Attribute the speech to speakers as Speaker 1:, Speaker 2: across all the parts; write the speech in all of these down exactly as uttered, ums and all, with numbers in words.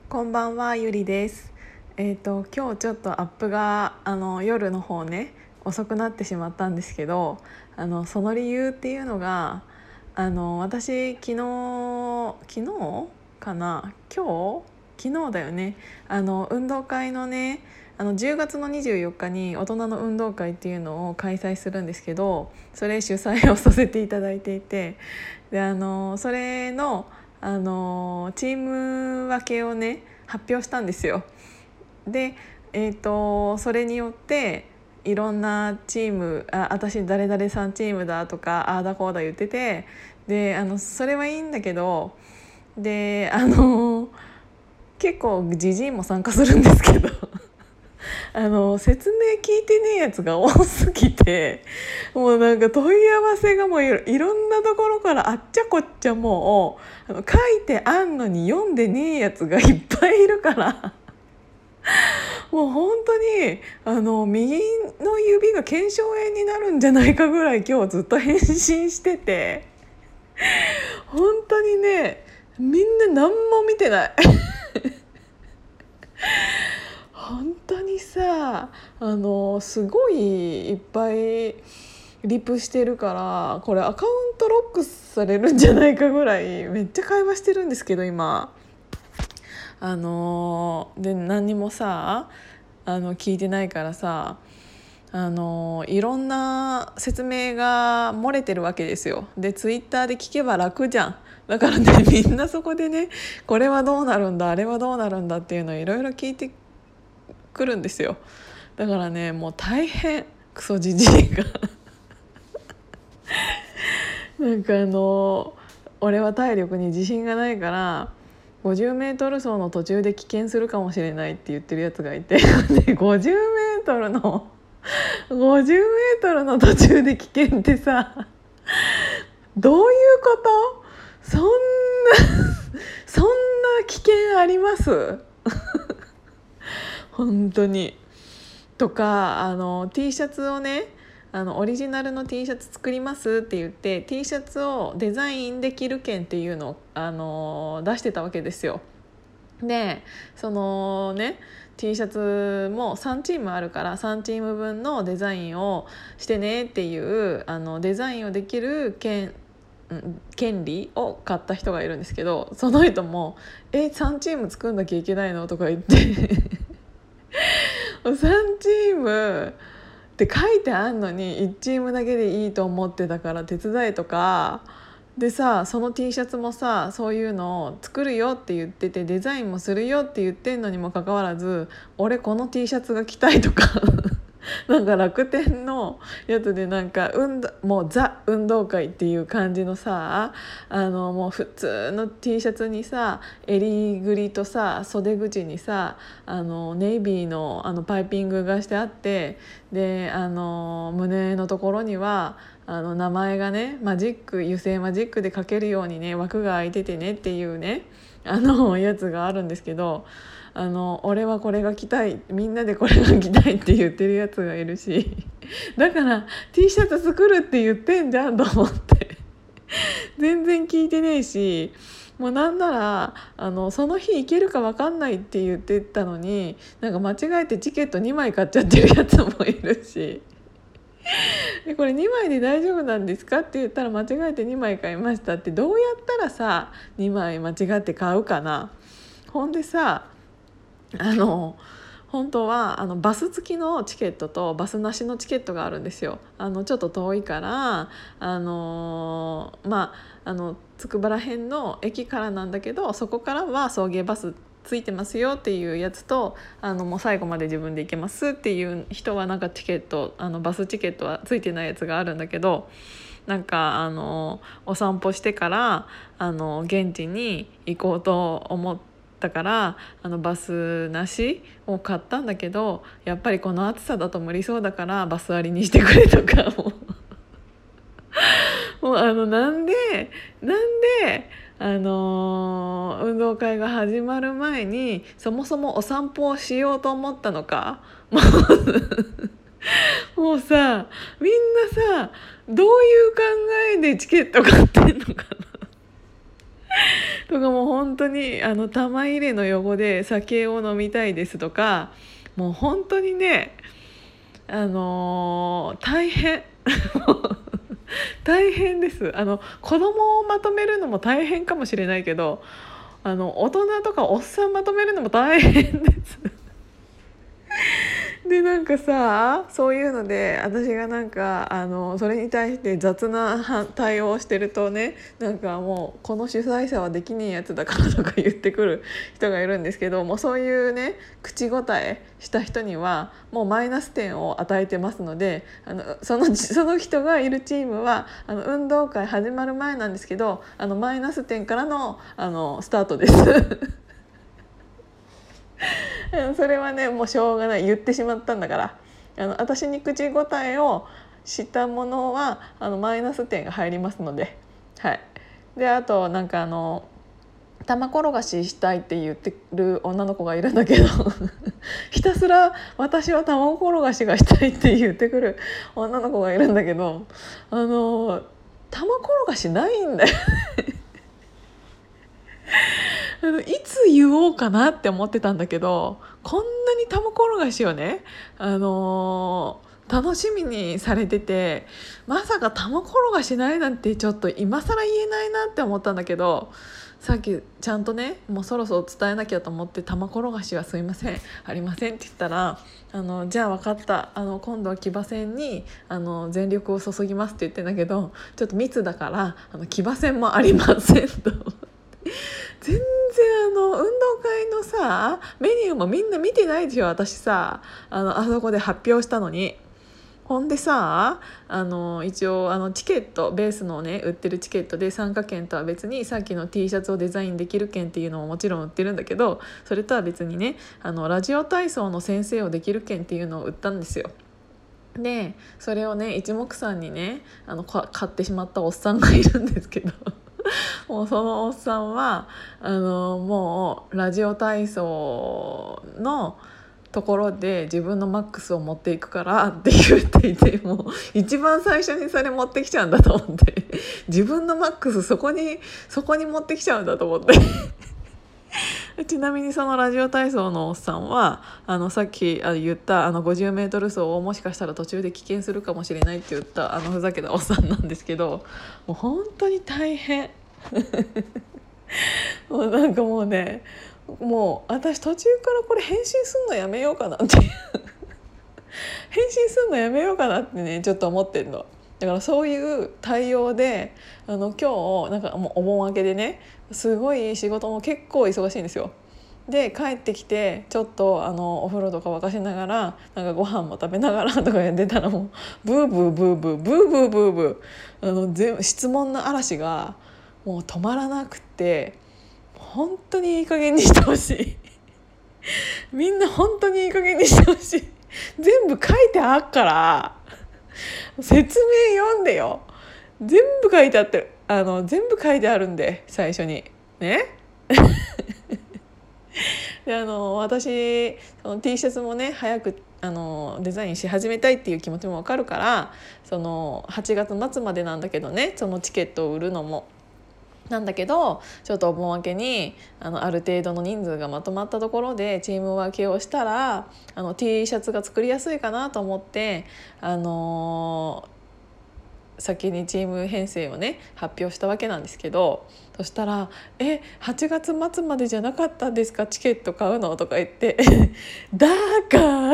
Speaker 1: こんばんは、ゆりです。えっと今日ちょっとアップがあの夜の方ね遅くなってしまったんですけど、あのその理由っていうのがあの私昨日昨日かな今日昨日だよね。あの運動会のねあのじゅうがつのにじゅうよっかに大人の運動会っていうのを開催するんですけど、それ主催をさせていただいていて、であのそれのあのチーム分けをね発表したんですよ。で、えーと、それによっていろんなチームあ私誰々さんチームだとかああだこうだ言ってて、であのそれはいいんだけど、であの結構ジジイも参加するんですけどあの説明聞いてねえやつが多すぎて、もうなんか問い合わせがもういろんなところからあっちゃこっちゃ、もうあの書いてあんのに読んでねえやつがいっぱいいるからもう本当にあの右の指が腱鞘炎になるんじゃないかぐらい今日ずっと返信してて、本当にねみんな何も見てない本当にさ、あのすごいいっぱいリプしてるから、これアカウントロックされるんじゃないかぐらいめっちゃ会話してるんですけど今あので何にもさあの聞いてないからさ、あのいろんな説明が漏れてるわけですよ。でツイッターで聞けば楽じゃん。だからねみんなそこでねこれはどうなるんだあれはどうなるんだっていうのをいろいろ聞いてくるんですよ。だからねもう大変クソじじいがなんかあの俺は体力に自信がないからごじゅうメートル走の途中で棄権するかもしれないって言ってるやつがいてでごじゅうメートルのごじゅうメートルの途中で棄権ってさ、どういうこと？そんなそんな危険あります本当に。とかあの T シャツをねあのオリジナルの T シャツ作りますって言って T シャツをデザインできる券っていうのをあの出してたわけですよ。でそのね T シャツもさんチームあるからさんチーム分のデザインをしてねっていうあのデザインをできる券権利を買った人がいるんですけど、その人もえさんチーム作んなきゃいけないのとか言ってさんチームって書いてあんのにいちチームだけでいいと思ってたから手伝えとかでさ、その T シャツもさそういうのを作るよって言っててデザインもするよって言ってんのにもかかわらず俺この T シャツが着たいとかなんか楽天のやつでなんか運動もうザ運動会っていう感じのさあのもう普通の T シャツにさ襟ぐりとさ袖口にさあのネイビーの、あのパイピングがしてあって、であの胸のところにはあの名前がねマジック油性マジックで書けるようにね枠が開いててねっていうねあのやつがあるんですけど、あの俺はこれが着たいみんなでこれが着たいって言ってるやつがいるしだから T シャツ作るって言ってんじゃんと思って全然聞いてねえし、もうなんならあのその日行けるか分かんないって言ってたのになんか間違えてチケットにまい買っちゃってるやつもいるしでこれにまいで大丈夫なんですかって言ったら間違えてにまい買いましたって、どうやったらさにまい間違って買うかな。ほんでさあの本当はあのバス付きのチケットとバスなしのチケットがあるんですよ。あのちょっと遠いからあのまああのつくばら辺の駅からなんだけどそこからは送迎バスついてますよっていうやつと、あのもう最後まで自分で行けますっていう人はなんかチケットあのバスチケットはついてないやつがあるんだけど、なんかあのお散歩してからあの現地に行こうと思ってだからあのバスなしを買ったんだけど、やっぱりこの暑さだと無理そうだからバスありにしてくれとかももうあのなんでなんであのー運動会が始まる前にそもそもお散歩をしようと思ったのかもうもうさみんなさどういう考えでチケット買ってんのかなとかもう本当にあの玉入れの横で酒を飲みたいですとか、もう本当にね、あのー大変大変です。あの子供をまとめるのも大変かもしれないけど、あの大人とかおっさんまとめるのも大変ですでなんかさ、そういうので私がなんかあのそれに対して雑な対応をしてるとね、なんかもうこの主催者はできねえやつだからとか言ってくる人がいるんですけども、そういうね口答えした人にはもうマイナス点を与えてますので、あのそのその人がいるチームはあの運動会始まる前なんですけど、あのマイナス点からのあのスタートですそれはねもうしょうがない、言ってしまったんだから、あの私に口答えをしたものはあのマイナス点が入りますので、はい。であとなんかあの玉転がししたいって言ってる女の子がいるんだけどひたすら私は玉転がしがしたいって言ってくる女の子がいるんだけど、あの玉転がしないんだよあのいつ言おうかなって思ってたんだけど、こんなに玉転がしをね、あのー楽しみにされてて、まさか玉転がしないなんてちょっと今更言えないなって思ったんだけど、さっきちゃんとねもうそろそろ伝えなきゃと思って玉転がしはすいませんありませんって言ったら、あのじゃあ分かった、あの今度は騎馬戦にあの全力を注ぎますって言ってんだけど、ちょっと密だからあの騎馬戦もありませんと全然あの運動会のさメニューもみんな見てないでしょ。私さあのあそこで発表したのに。ほんでさあの一応あのチケットベースのね売ってるチケットで参加券とは別にさっきの T シャツをデザインできる券っていうのももちろん売ってるんだけど、それとは別にねあのラジオ体操の先生をできる券っていうのを売ったんですよ。でそれをね一目散にねあの買ってしまったおっさんがいるんですけどもうそのおっさんはあのもうラジオ体操のところで自分のマックスを持っていくからって言っていて、もう一番最初にそれ持ってきちゃうんだと思って自分のマックスそこにそこに持ってきちゃうんだと思ってちなみにそのラジオ体操のおっさんはあのさっき言ったあの ごじゅうメートル 走をもしかしたら途中で棄権するかもしれないって言ったあのふざけたおっさんなんですけど、もう本当に大変もうなんかもうね、もう私途中からこれ返信すんのやめようかなって返信すんのやめようかなってねちょっと思ってんの。だからそういう対応であの今日なんかもうお盆明けでねすごい仕事も結構忙しいんですよ。で帰ってきてちょっとあのお風呂とか沸かしながらなんかご飯も食べながらとかやってたらもうブーブーブーブーブーブーブーブーあの全質問の嵐がもう止まらなくて、本当にいい加減にしてほしいみんな本当にいい加減にしてほしい。全部書いてあっから説明読んでよ。全部書いてあって、あの全部書いてあるんで最初にねであの私その T シャツもね早くあのデザインし始めたいっていう気持ちも分かるから、そのはちがつ末までなんだけどね、そのチケットを売るのもなんだけど、ちょっとお盆明けに あのある程度の人数がまとまったところでチーム分けをしたらあの T シャツが作りやすいかなと思って、あのー先にチーム編成をね発表したわけなんですけど、そしたら「えはちがつ末までじゃなかったんですかチケット買うの?」とか言ってだから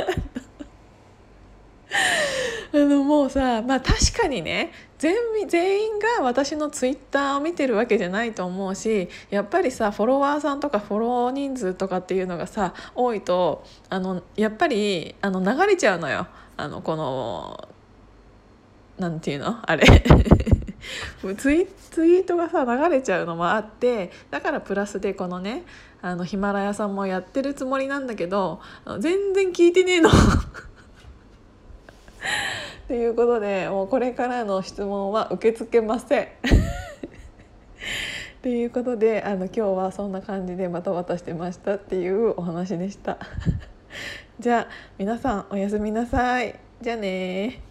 Speaker 1: あのもうさ、まあ確かにね全全員が私のツイッターを見てるわけじゃないと思うし、やっぱりさフォロワーさんとかフォロー人数とかっていうのがさ多いとあのやっぱりあの流れちゃうのよ。あのこのなんていうのあれツイ、ツイートがさ流れちゃうのもあって、だからプラスでこのねあのヒマラヤさんもやってるつもりなんだけど全然聞いてねえのということでもうこれからの質問は受け付けませんということであの今日はそんな感じでバタバタしてましたっていうお話でしたじゃあ皆さんおやすみなさい。じゃあね。